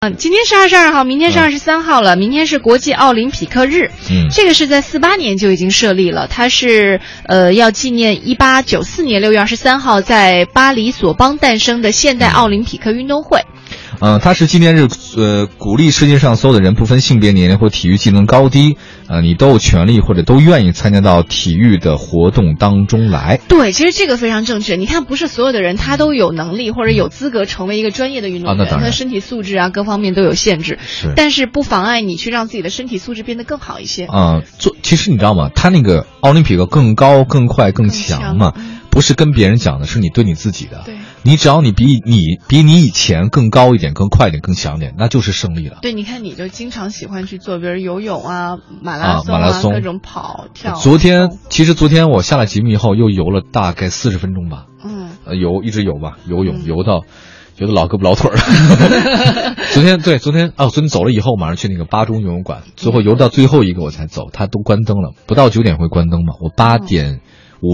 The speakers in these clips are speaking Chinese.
今天是22号，明天是23号了。明天是国际奥林匹克日。这个是在48年就已经设立了，它是要纪念1894年6月23号在巴黎索邦诞生的现代奥林匹克运动会。 它是纪念日，鼓励世界上所有的人，不分性别、年龄或体育技能高低，你都有权利或者都愿意参加到体育的活动当中来。 对，其实这个非常正确。你看，不是所有的人他都有能力或者有资格成为一个专业的运动员，他的身体素质啊各方面都有限制。 是， 但是不妨碍你去让自己的身体素质变得更好一些。 其实你知道吗？他那个奥林匹克更高、更快、更强嘛。不是跟别人讲的，是你对你自己的。 对， 你只要你比你以前更高一点、更快一点、更强一点，那就是胜利了。 对，你看你就经常喜欢去做，比如游泳啊、马拉松各种跑跳。 其实昨天我下了节目以后，又游了大概40分钟吧。一直游吧，游泳游到老胳膊老腿了。昨天走了以后，马上去那个巴中游泳馆，最后游到最后一个我才走，它都关灯了，不到9点会关灯嘛。我8点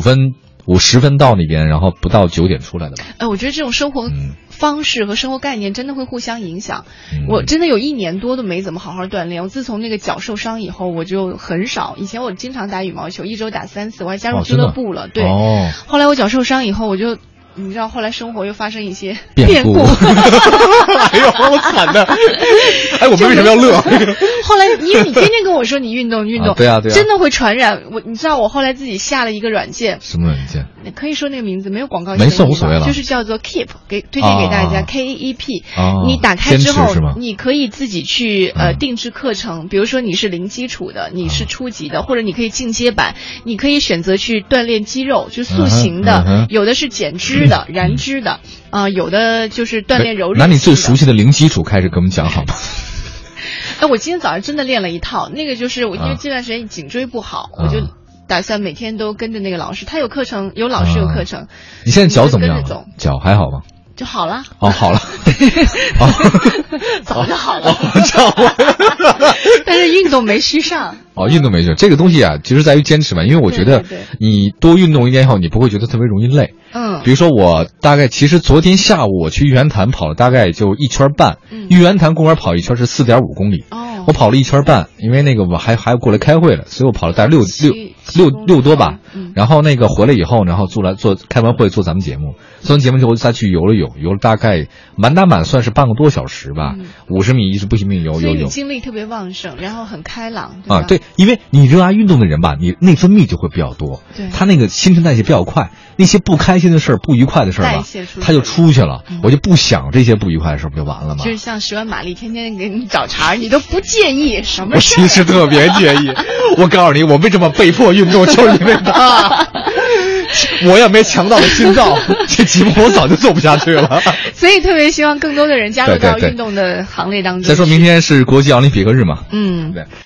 50分到那边，然后不到9点出来的吧。 我觉得这种生活方式和生活概念真的会互相影响。我真的有1年多都没怎么好好锻炼。我自从那个脚受伤以后，我就很少。以前我经常打羽毛球，1周打3次，我还加入俱乐部了。对。后来我脚受伤以后，你知道后来生活又发生一些变故。 哎呦，好惨的！哎，我们为什么要乐？ 后来因为你天天跟我说你运动， 对啊， 真的会传染。你知道我后来自己下了一个软件。 什么软件？ 可以说那个名字，没有广告。 没错，无所谓了。 就是叫做 Keep， 推荐给大家，KEP。你打开之后，你可以自己去定制课程，比如说你是零基础的，你是初级的，或者你可以进阶版，你可以选择去锻炼肌肉，就塑形的，有的是减脂的、燃脂的，有的就是锻炼柔韧。 拿你最熟悉的零基础开始给我们讲好吗？ 我今天早上真的练了一套，那个就是我因为这段时间颈椎不好，我就打算每天都跟着那个老师，他有课程，有老师有课程。 你现在脚怎么样？脚还好吗？ 就好了。 好了。 早就好了。但是运动没续上。 运动没续，这个东西啊，其实在于坚持嘛。因为我觉得你多运动一点以后，你不会觉得特别容易累。比如说我其实昨天下午我去玉渊潭跑了大概就1圈半。玉渊潭公园跑一圈是4.5公里。我跑了1圈半，因为那个我还过来开会了，所以我跑了大概6多吧。然后那个回来以后，然后开完会做咱们节目，做完节目之后再去游了泳，游了大概满打满算是半个多小时吧，50米一直不行游。 所以你精力特别旺盛，然后很开朗。 对，因为你热爱运动的人吧，你内分泌就会比较多，他那个新陈代谢比较快，那些不开心的事儿、不愉快的事儿吧，他就出去了。我就不想这些不愉快的事儿，不就完了吗？ 就是像10万玛丽天天给你找茬，你都不介意什么事儿？ 我其实特别介意。我告诉你，我为什么被迫运动，就是因为他。我要没强大的心脏，这节目我早就做不下去了。 所以特别希望更多的人加入到运动的行列当中。 再说明天是国际奥林匹克日嘛。 对。